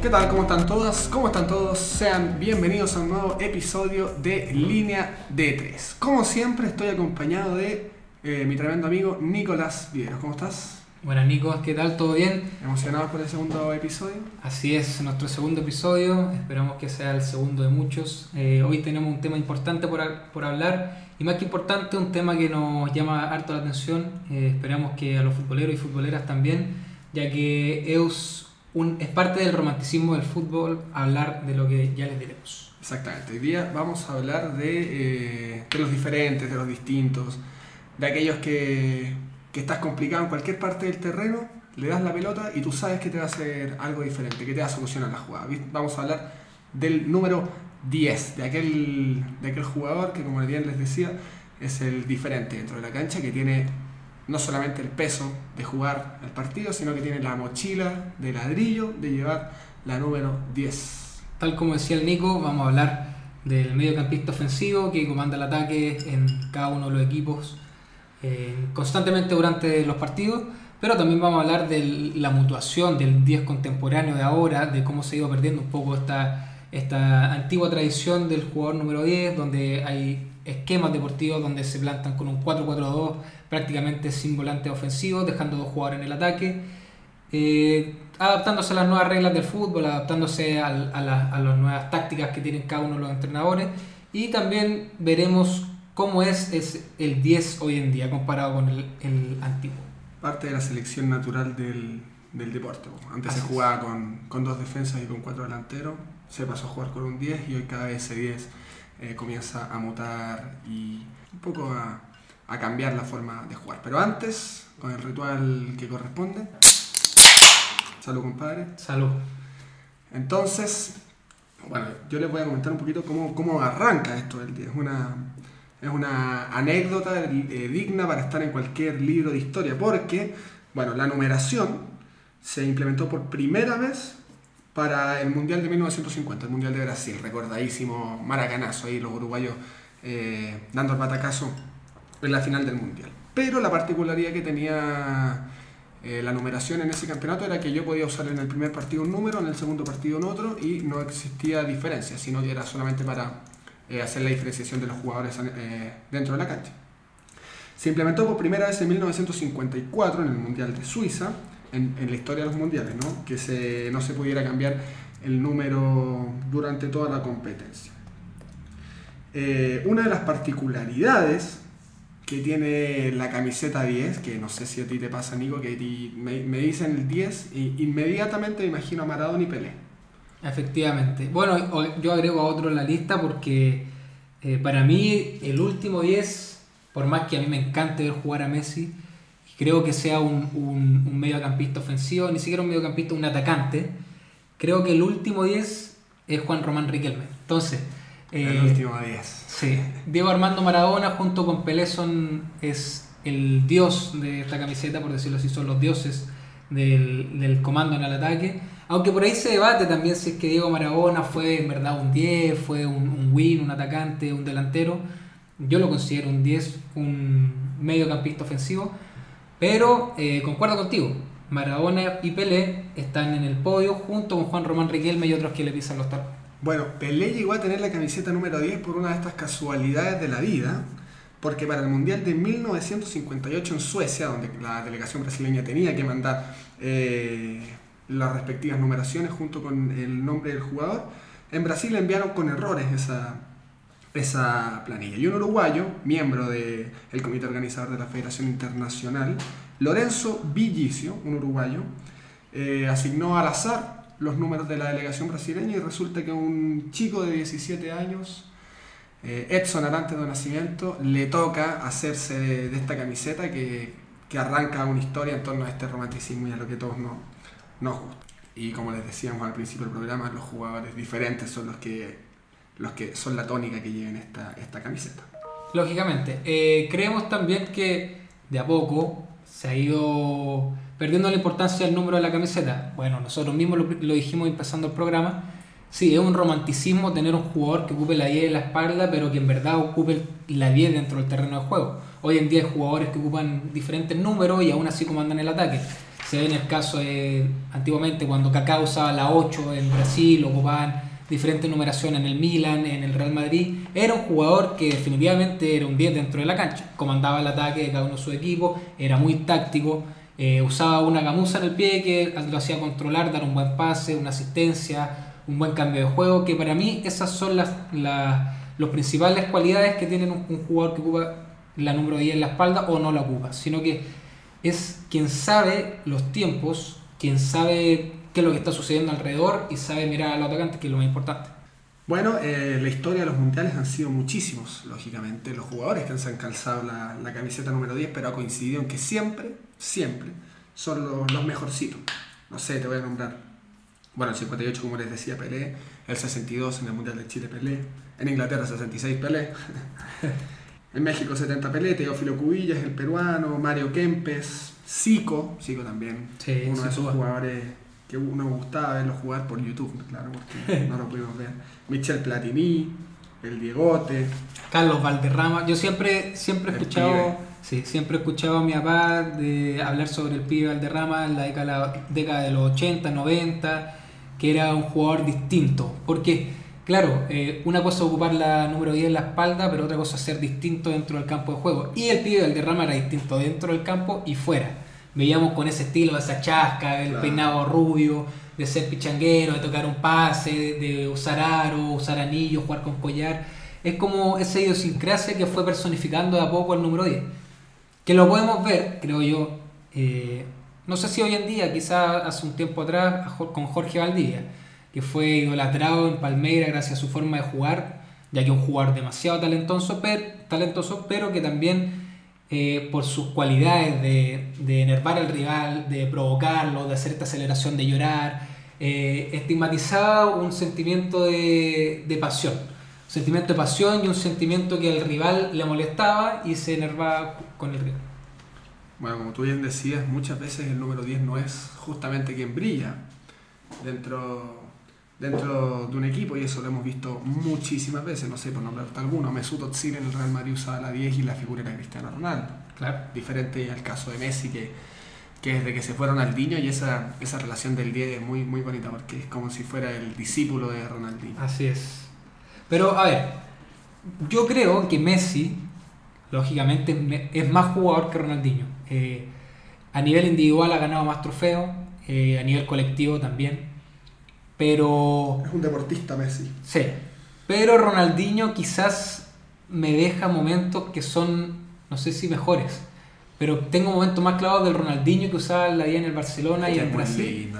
¿Qué tal? ¿Cómo están todas? ¿Cómo están todos? Sean bienvenidos a un nuevo episodio de Línea D3. Como siempre estoy acompañado de mi tremendo amigo Nicolás Viveros. ¿Cómo estás? Buenas Nico, ¿qué tal? ¿Todo bien? ¿Emocionados por el segundo episodio? Así es, nuestro segundo episodio, esperamos que sea el segundo de muchos. Hoy tenemos un tema importante por hablar y más que importante, un tema que nos llama harto la atención. Esperamos que a los futboleros y futboleras también, ya que es parte del romanticismo del fútbol hablar de lo que ya les diremos. Exactamente, hoy día vamos a hablar de los diferentes, de los distintos, de aquellos que estás complicado en cualquier parte del terreno, le das la pelota y tú sabes que te va a hacer algo diferente, que te va a solucionar la jugada. Vamos a hablar del número 10, de aquel jugador que, como bien les decía, es el diferente dentro de la cancha, que tiene no solamente el peso de jugar el partido, sino que tiene la mochila de ladrillo de llevar la número 10. Tal como decía el Nico, vamos a hablar del mediocampista ofensivo que comanda el ataque en cada uno de los equipos constantemente durante los partidos, pero también vamos a hablar de la mutuación del 10 contemporáneo de ahora, de cómo se ha ido perdiendo un poco esta antigua tradición del jugador número 10, donde hay esquemas deportivos donde se plantan con un 4-4-2 prácticamente sin volantes ofensivos, dejando dos jugadores en el ataque, adaptándose a las nuevas reglas del fútbol, adaptándose a las nuevas tácticas que tienen cada uno de los entrenadores, y también veremos cómo es el 10 hoy en día comparado con el antiguo. Parte de la selección natural del deporte. Antes se jugaba con dos defensas y con cuatro delanteros, se pasó a jugar con un 10 y hoy cada vez ese 10 comienza a mutar y un poco a cambiar la forma de jugar. Pero antes, con el ritual que corresponde. Salud, compadre. Salud. Entonces, bueno, yo les voy a comentar un poquito cómo arranca esto del 10. Es una anécdota digna para estar en cualquier libro de historia, porque, bueno, la numeración se implementó por primera vez para el Mundial de 1950, el Mundial de Brasil, recordadísimo maracanazo, ahí los uruguayos dando el batacazo en la final del Mundial. Pero la particularidad que tenía la numeración en ese campeonato era que yo podía usar en el primer partido un número, en el segundo partido un otro, y no existía diferencia, sino que era solamente para hacer la diferenciación de los jugadores dentro de la cancha. Se implementó por primera vez en 1954 en el Mundial de Suiza, en la historia de los mundiales, ¿no? Que no se pudiera cambiar el número durante toda la competencia. Una de las particularidades que tiene la camiseta 10, que no sé si a ti te pasa, Nico, que me dicen el 10 e inmediatamente me imagino a Maradona y Pelé. Efectivamente. Bueno, yo agrego a otro en la lista porque para mí el último 10, por más que a mí me encante ver jugar a Messi, creo que sea un mediocampista ofensivo, ni siquiera un mediocampista, un atacante, creo que el último 10 es Juan Román Riquelme. Entonces, el último 10. Sí, Diego Armando Maradona junto con Pelé es el dios de esta camiseta, por decirlo así, son los dioses del comando en el ataque. Aunque por ahí se debate también si es que Diego Maradona fue en verdad un 10, fue un win, un atacante, un delantero. Yo lo considero un 10, un mediocampista ofensivo. Pero concuerdo contigo, Maradona y Pelé están en el podio junto con Juan Román Riquelme y otros que le pisan los talones. Bueno, Pelé llegó a tener la camiseta número 10 por una de estas casualidades de la vida, porque para el Mundial de 1958 en Suecia, donde la delegación brasileña tenía que mandar las respectivas numeraciones junto con el nombre del jugador, en Brasil enviaron con errores esa planilla. Y un uruguayo, miembro del comité organizador de la Federación Internacional, Lorenzo Villicio, un uruguayo, asignó al azar los números de la delegación brasileña y resulta que un chico de 17 años, Edson Arantes do Nascimento, le toca hacerse de esta camiseta que arranca una historia en torno a este romanticismo y a lo que a todos nos gusta. Y como les decíamos al principio del programa, los jugadores diferentes son los que son la tónica que lleven esta camiseta. Lógicamente, creemos también que de a poco se ha ido perdiendo la importancia del número de la camiseta. Bueno, nosotros mismos lo dijimos empezando el programa. Sí, es un romanticismo tener un jugador que ocupe la 10 en la espalda, pero que en verdad ocupe la 10 dentro del terreno de juego. Hoy en día hay jugadores que ocupan diferentes números y aún así comandan el ataque. Se ve en el caso de antiguamente cuando Kaká usaba la 8 en Brasil, ocupaban diferentes numeraciones en el Milan, en el Real Madrid. Era un jugador que definitivamente era un 10 dentro de la cancha, comandaba el ataque de cada uno de sus equipos, era muy táctico, usaba una gamuza en el pie que lo hacía controlar, dar un buen pase, una asistencia, un buen cambio de juego, que para mí esas son las principales cualidades que tiene un jugador que ocupa la número 10 en la espalda o no la ocupa, sino que es quien sabe los tiempos, quien sabe qué es lo que está sucediendo alrededor y sabe mirar a los atacantes, que es lo más importante. Bueno, la historia de los mundiales han sido muchísimos, lógicamente, los jugadores que se han calzado la camiseta número 10, pero ha coincidido en que siempre son los mejorcitos. No sé, te voy a nombrar. Bueno, el 58, como les decía, Pelé, el 62 en el Mundial de Chile, Pelé, en Inglaterra 66, Pelé, en México 70, Pelé, Teófilo Cubillas, el peruano, Mario Kempes, Zico también, sí, uno de esos jugadores que uno gustaba verlo jugar por YouTube, claro, porque no lo pudimos ver. Michel Platini, el Diegote, Carlos Valderrama. Yo siempre he escuchado, siempre he escuchado a mi papá hablar sobre el pibe Valderrama en la década de los 80, 90, que era un jugador distinto, porque claro, una cosa es ocupar la número 10 en la espalda, pero otra cosa es ser distinto dentro del campo de juego, y el pibe Valderrama era distinto dentro del campo y fuera. Veíamos con ese estilo, esa chasca, el peinado rubio, de ser pichanguero, de tocar un pase, de usar aro, usar anillo, jugar con collar. Es como esa idiosincrasia que fue personificando de a poco el número 10. Que lo podemos ver, creo yo, no sé si hoy en día, quizás hace un tiempo atrás, con Jorge Valdivia, que fue idolatrado en Palmeiras gracias a su forma de jugar, ya que es un jugador demasiado talentoso, pero que también por sus cualidades de enervar al rival, de provocarlo, de hacer esta aceleración, de llorar, estigmatizaba un sentimiento de pasión. Un sentimiento de pasión y un sentimiento que al rival le molestaba y se enervaba con el rival. Bueno, como tú bien decías, muchas veces el número 10 no es justamente quien brilla dentro de un equipo, y eso lo hemos visto muchísimas veces. No sé, por nombrarte alguno, Mesut Özil en el Real Madrid usaba la 10 y la figura era Cristiano Ronaldo. Claro. Diferente al caso de Messi, que desde que se fue Ronaldinho, y esa relación del 10 es muy, muy bonita, porque es como si fuera el discípulo de Ronaldinho. Así es. Pero, a ver, yo creo que Messi, lógicamente, es más jugador que Ronaldinho. A nivel individual ha ganado más trofeos, a nivel colectivo también. Pero es un deportista Messi. Sí, pero Ronaldinho quizás me deja momentos que son, no sé si mejores, pero tengo momentos más clavados del Ronaldinho que usaba la vida en el Barcelona y en Brasil.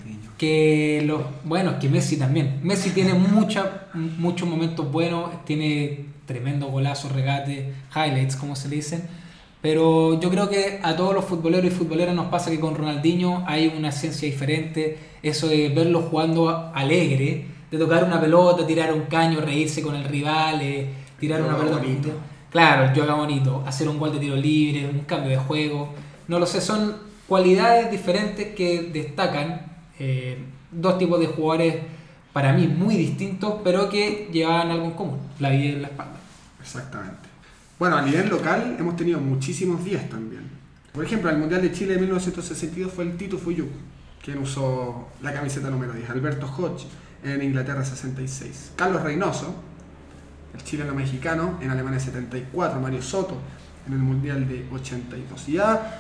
Que Messi también. Messi tiene muchos momentos buenos, tiene tremendos golazos, regates, highlights, como se le dicen. Pero yo creo que a todos los futboleros y futboleras nos pasa que con Ronaldinho hay una esencia diferente, eso de verlo jugando alegre, de tocar una pelota, tirar un caño, reírse con el rival, tirar una pelota bonita. Claro, el yoga bonito, hacer un gol de tiro libre, un cambio de juego, no lo sé, son cualidades diferentes que destacan dos tipos de jugadores para mí muy distintos, pero que llevaban algo en común, la vida en la espalda. Exactamente. Bueno, a nivel local hemos tenido muchísimos días también. Por ejemplo, el Mundial de Chile de 1962 fue el Tito Fuyú quien usó la camiseta número 10. Alberto Hodge en Inglaterra 66. Carlos Reynoso, el chileno-mexicano, en Alemania 74. Mario Soto en el Mundial de 82. Y ya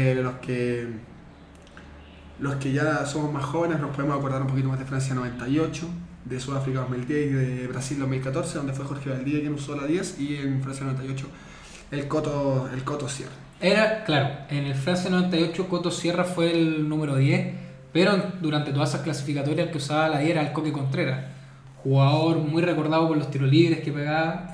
los que ya somos más jóvenes nos podemos acordar un poquito más de Francia 98, de Sudáfrica 2010 y de Brasil 2014, donde fue Jorge Valdivia quien usó la 10, y en Francia 98 el Coto Sierra. Era, claro, en el Francia 98 Coto Sierra fue el número 10, pero durante todas esas clasificatorias el que usaba la 10 era el Coque Contreras, jugador muy recordado por los tiros libres que pegaba,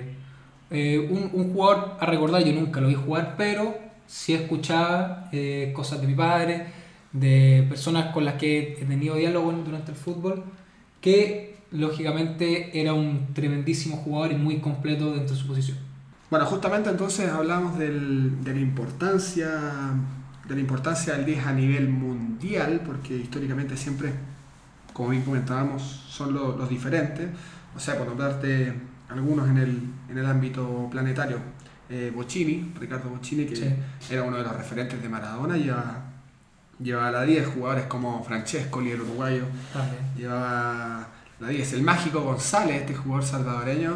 un jugador a recordar. Yo nunca lo vi jugar, pero sí escuchaba cosas de mi padre, de personas con las que he tenido diálogo durante el fútbol, que lógicamente era un tremendísimo jugador y muy completo dentro de su posición. Bueno, justamente entonces hablamos de la importancia del 10 a nivel mundial, porque históricamente siempre, como bien comentábamos, son los diferentes. O sea, por nombrarte algunos en el ámbito planetario, Ricardo Bochini, que sí, era uno de los referentes de Maradona, Llevaba la 10 jugadores como Francescoli, el uruguayo. También. Llevaba la 10 el Mágico González, este jugador salvadoreño,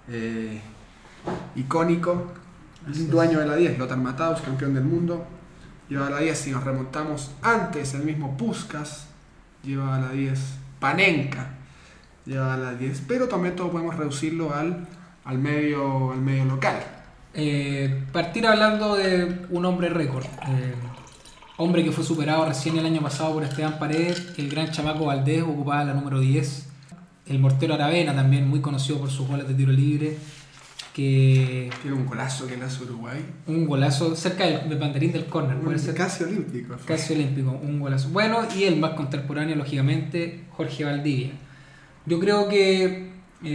icónico, dueño de la 10, Lothar Matthaus, campeón del mundo. Llevaba la 10, si nos remontamos antes, el mismo Puskás, llevaba la 10 Panenka, llevaba la 10, pero también todo podemos reducirlo al medio local. Partir hablando de un hombre récord. Hombre que fue superado recién el año pasado por Esteban Paredes, el gran Chamaco Valdés ocupaba la número 10. El Mortero Aravena, también muy conocido por sus goles de tiro libre. Que tiene un golazo que le hace Uruguay. Un golazo cerca del banderín del córner, puede ser. Casi olímpico. Casi olímpico, un golazo. Bueno, y el más contemporáneo, lógicamente, Jorge Valdivia. Yo creo que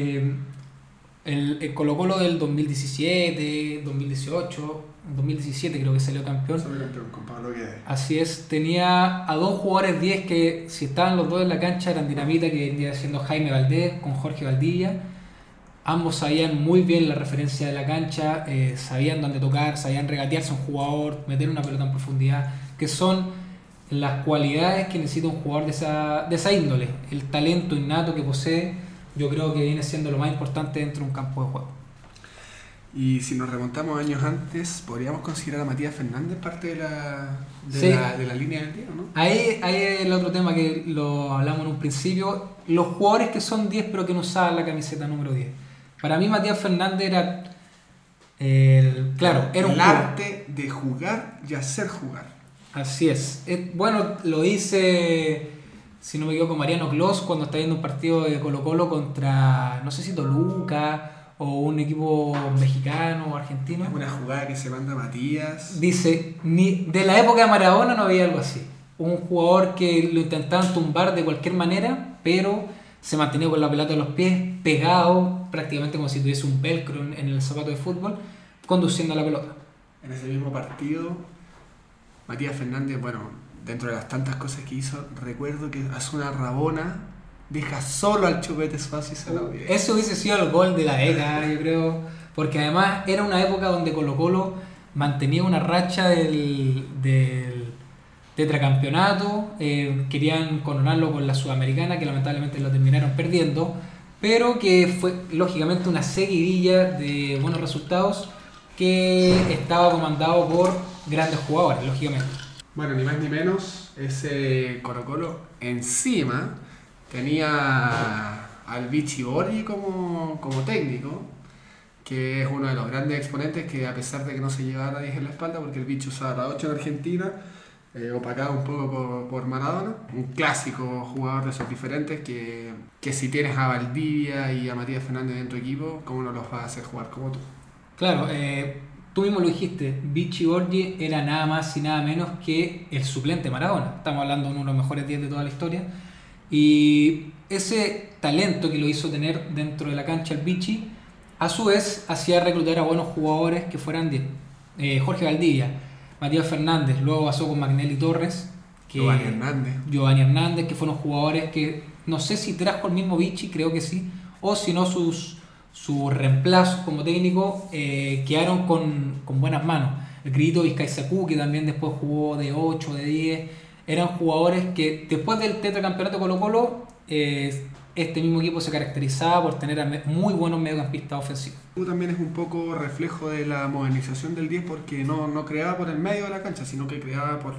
el Colo-Colo del 2017, 2018, 2017 creo que salió campeón. Salió campeón con Pablo Guedes. Así es, tenía a dos jugadores 10 que si estaban los dos en la cancha eran dinamita, que vendría siendo Jaime Valdés con Jorge Valdivia. Ambos sabían muy bien la referencia de la cancha, sabían dónde tocar, sabían regatearse a un jugador, meter una pelota en profundidad, que son las cualidades que necesita un jugador de esa índole. El talento innato que posee, yo creo que viene siendo lo más importante dentro de un campo de juego. Y si nos remontamos años antes, podríamos considerar a Matías Fernández parte de la línea del día, ¿no? Ahí el otro tema que lo hablamos en un principio, los jugadores que son 10 pero que no usaban la camiseta número 10. Para mí Matías Fernández era el arte de jugar y hacer jugar. Así es. Bueno, lo dice, si no me equivoco, Mariano Clos cuando está viendo un partido de Colo-Colo contra, no sé si Toluca o un equipo mexicano o argentino. Una jugada que se manda Matías. Dice, ni de la época de Maradona no había algo así. Un jugador que lo intentaban tumbar de cualquier manera, pero se mantenía con la pelota en los pies, pegado, prácticamente como si tuviese un velcro en el zapato de fútbol, conduciendo la pelota. En ese mismo partido, Matías Fernández, bueno, dentro de las tantas cosas que hizo, recuerdo que hace una rabona, deja solo al Chupete Suazo y se lo dio. Eso hubiese sido el gol de la década, yo creo, porque además era una época donde Colo-Colo mantenía una racha del tetracampeonato, querían coronarlo con la Sudamericana, que lamentablemente lo terminaron perdiendo, pero que fue lógicamente una seguidilla de buenos resultados que estaba comandado por grandes jugadores, lógicamente. Bueno, ni más ni menos, ese Colo-Colo encima tenía al Vichy Borghi como técnico, que es uno de los grandes exponentes que, a pesar de que no se llevaba a 10 en la espalda, porque el Vichy usaba la 8 en Argentina, opacado un poco por Maradona, un clásico jugador de esos diferentes que si tienes a Valdivia y a Matías Fernández en tu equipo, ¿cómo no los vas a hacer jugar como tú? Claro, tú mismo lo dijiste, Vichy Borghi era nada más y nada menos que el suplente de Maradona. Estamos hablando de uno de los mejores 10 de toda la historia. Y ese talento que lo hizo tener dentro de la cancha el Vichy, a su vez hacía reclutar a buenos jugadores que fueran 10. Jorge Valdivia, Matías Fernández, luego pasó con Magnelli Torres, Giovanni Hernández, que fueron jugadores que no sé si trajo el mismo Vichy, creo que sí, o si no sus reemplazos como técnico quedaron con buenas manos. El Grito Vizcaizacú, que también después jugó de 8, de 10, eran jugadores que después del tetracampeonato Colo-Colo este mismo equipo se caracterizaba por tener muy buenos mediocampistas ofensivos. También es un poco reflejo de la modernización del 10, porque no creaba por el medio de la cancha, sino que creaba por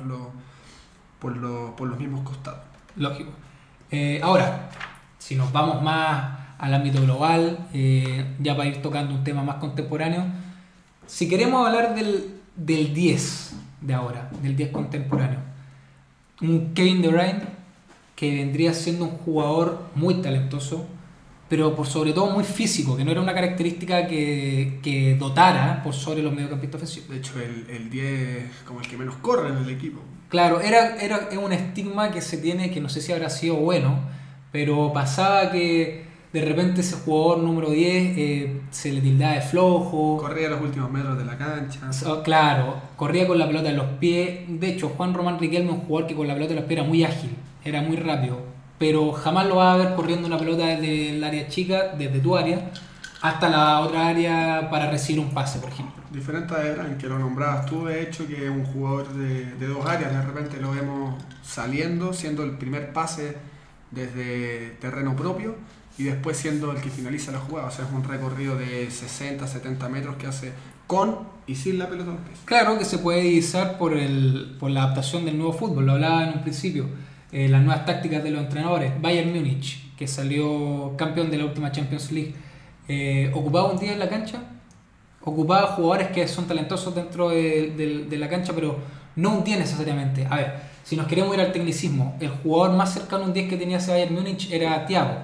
los mismos costados. Lógico. Ahora, si nos vamos más al ámbito global, ya para ir tocando un tema más contemporáneo, si queremos hablar del 10 de ahora, del 10 contemporáneo, un Kevin De Bruyne que vendría siendo un jugador muy talentoso, pero por sobre todo muy físico, que no era una característica que dotara por sobre los mediocampistas ofensivos. De hecho, el 10 como el que menos corre en el equipo. Claro, era un estigma que se tiene, que no sé si habrá sido bueno, pero pasaba que de repente ese jugador número 10 se le tildaba de flojo. Corría los últimos metros de la cancha. Claro, corría con la pelota en los pies. De hecho, Juan Román Riquelme es un jugador que con la pelota en los pies era muy ágil, era muy rápido, pero jamás lo vas a ver corriendo una pelota desde el área chica, desde tu área, hasta la otra área para recibir un pase, por ejemplo. Diferente a Ebran, que lo nombrabas tú, de hecho, que es un jugador de dos áreas, de repente lo vemos saliendo, siendo el primer pase desde terreno propio y después siendo el que finaliza la jugada. O sea, es un recorrido de 60, 70 metros que hace con y sin la pelota en los pies. Claro que se puede divisar por la adaptación del nuevo fútbol, lo hablaba en un principio, las nuevas tácticas de los entrenadores. Bayern Múnich, que salió campeón de la última Champions League, ocupaba un día en la cancha, ocupaba jugadores que son talentosos dentro de la cancha, pero no un 10 necesariamente. A ver, si nos queremos ir al tecnicismo, el jugador más cercano a un 10 que tenía ese Bayern Múnich era Thiago,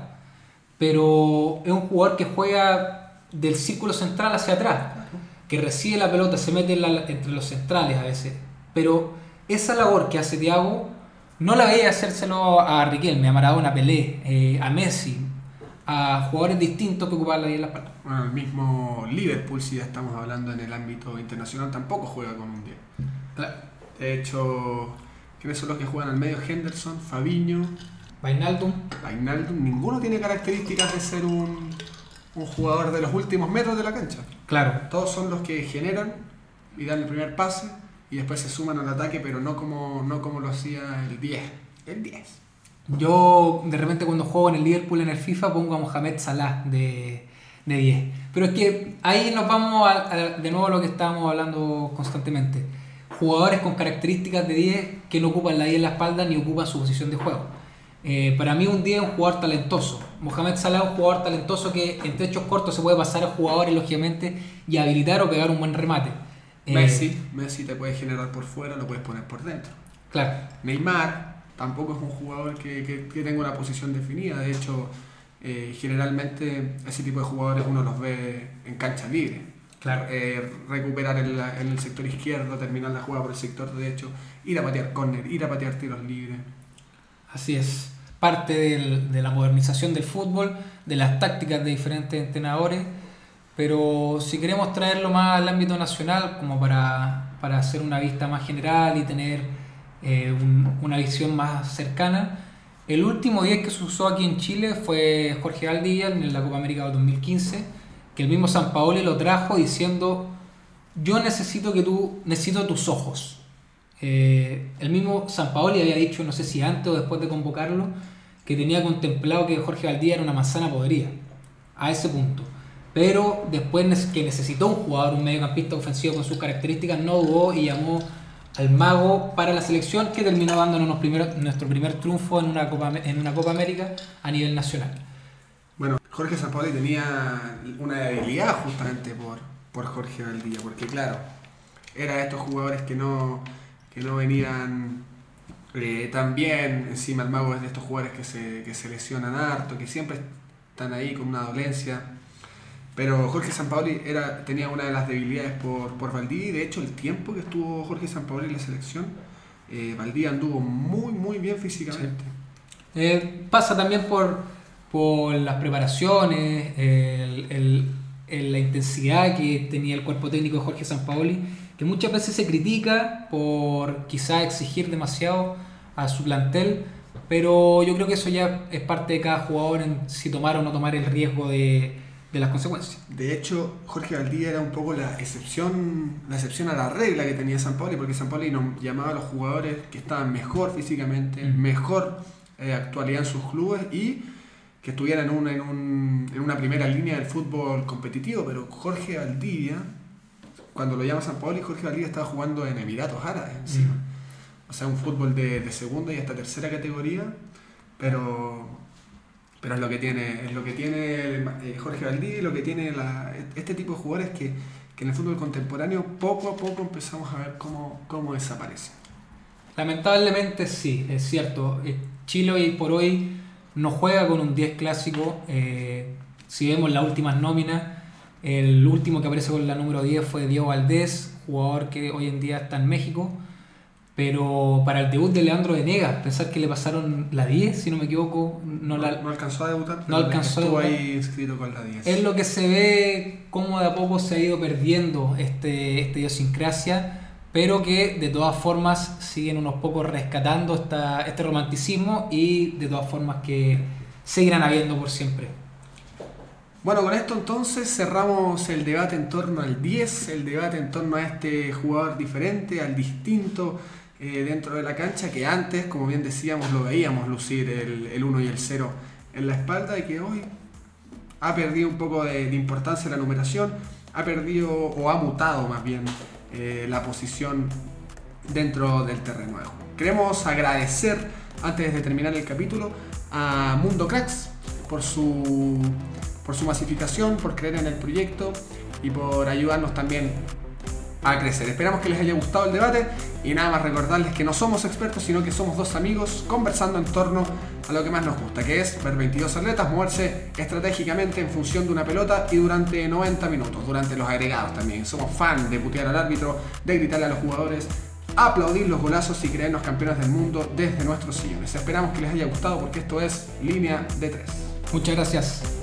pero es un jugador que juega del círculo central hacia atrás, que recibe la pelota, se mete entre los centrales a veces, pero esa labor que hace Thiago no la veía hacérselo a Riquelme, a Maradona, a Pelé, a Messi, a jugadores distintos que ocupaban la vida en la espalda. Bueno, el mismo Liverpool, si ya estamos hablando en el ámbito internacional, tampoco juega con un 10. Claro. De hecho, ¿quiénes son los que juegan al medio? Henderson, Fabinho, Wijnaldum. Ninguno tiene características de ser un jugador de los últimos metros de la cancha. Claro. Todos son los que generan y dan el primer pase y después se suman al ataque, pero no como lo hacía el 10. El 10. Yo de repente cuando juego en el Liverpool en el FIFA pongo a Mohamed Salah de 10. Pero es que ahí nos vamos de nuevo a lo que estábamos hablando constantemente. Jugadores con características de 10 que no ocupan la 10 en la espalda ni ocupan su posición de juego. Para mí un 10 es un jugador talentoso. Mohamed Salah es un jugador talentoso que en techos cortos se puede pasar a jugadores lógicamente y habilitar o pegar un buen remate. Messi te puede generar por fuera, lo puedes poner por dentro. Claro. Neymar tampoco es un jugador que tenga una posición definida. De hecho, generalmente ese tipo de jugadores uno los ve en cancha libre. Claro. Recuperar en el sector izquierdo, terminar la jugada por el sector derecho, ir a patear córner, ir a patear tiros libres. Así es. Parte de la modernización del fútbol, de las tácticas de diferentes entrenadores, pero si queremos traerlo más al ámbito nacional, como para hacer una vista más general y tener una visión más cercana, el último 10 que se usó aquí en Chile fue Jorge Valdivia en la Copa América de 2015, que el mismo Sampaoli lo trajo diciendo: yo necesito tus ojos. El mismo Sampaoli había dicho, no sé si antes o después de convocarlo, que tenía contemplado que Jorge Valdivia era una manzana podrida, a ese punto. Pero después que necesitó un jugador, un mediocampista ofensivo con sus características, no dudó y llamó al mago para la selección, que terminó dándonos nuestro primer triunfo en una Copa América a nivel nacional. Bueno, Jorge Sampaoli tenía una debilidad justamente por Jorge Valdivia, porque claro, era de estos jugadores que no venían tan bien. Encima el mago es de estos jugadores que se lesionan harto, que siempre están ahí con una dolencia. Pero Jorge Sampaoli tenía una de las debilidades por Valdivia, y de hecho el tiempo que estuvo Jorge Sampaoli en la selección, Valdivia anduvo muy muy bien físicamente. Sí. Pasa también por las preparaciones, la intensidad que tenía el cuerpo técnico de Jorge Sampaoli, que muchas veces se critica por quizás exigir demasiado a su plantel, pero yo creo que eso ya es parte de cada jugador en si tomar o no tomar el riesgo de las consecuencias. De hecho, Jorge Valdivia era un poco la excepción a la regla que tenía Sampaoli, porque Sampaoli nos llamaba a los jugadores que estaban mejor físicamente, mejor actualidad en sus clubes y que estuvieran en una primera línea del fútbol competitivo. Pero Jorge Valdivia, cuando lo llama Sampaoli, Jorge Valdivia estaba jugando en Emiratos Árabes encima. O sea, un fútbol de segunda y hasta tercera categoría, pero es lo que tiene Jorge Valdivia, y lo que tiene este tipo de jugadores que en el fútbol contemporáneo poco a poco empezamos a ver cómo desaparecen. Lamentablemente sí, es cierto. Chile hoy por hoy no juega con un 10 clásico. Si vemos las últimas nóminas, el último que aparece con la número 10 fue Diego Valdés, jugador que hoy en día está en México. Pero para el debut de Leandro Venegas, pensar que le pasaron la 10, si no me equivoco, no alcanzó a debutar, no alcanzó estuvo ahí inscrito con la 10. Es lo que se ve, cómo de a poco se ha ido perdiendo esta idiosincrasia, pero que de todas formas siguen unos pocos rescatando este romanticismo, y de todas formas que seguirán habiendo por siempre. Bueno, con esto entonces cerramos el debate en torno al 10, el debate en torno a este jugador diferente, al distinto dentro de la cancha, que antes, como bien decíamos, lo veíamos lucir el 1 y el 0 en la espalda, y que hoy ha perdido un poco de importancia la numeración, ha perdido o ha mutado más bien la posición dentro del terreno de juego. Queremos agradecer, antes de terminar el capítulo, a Mundo Cracks por su masificación, por creer en el proyecto y por ayudarnos también a crecer. Esperamos que les haya gustado el debate y nada más recordarles que no somos expertos, sino que somos dos amigos conversando en torno a lo que más nos gusta, que es ver 22 atletas moverse estratégicamente en función de una pelota y durante 90 minutos, durante los agregados también. Somos fan de putear al árbitro, de gritarle a los jugadores, aplaudir los golazos y creernos campeones del mundo desde nuestros sillones. Esperamos que les haya gustado porque esto es Línea de 3. Muchas gracias.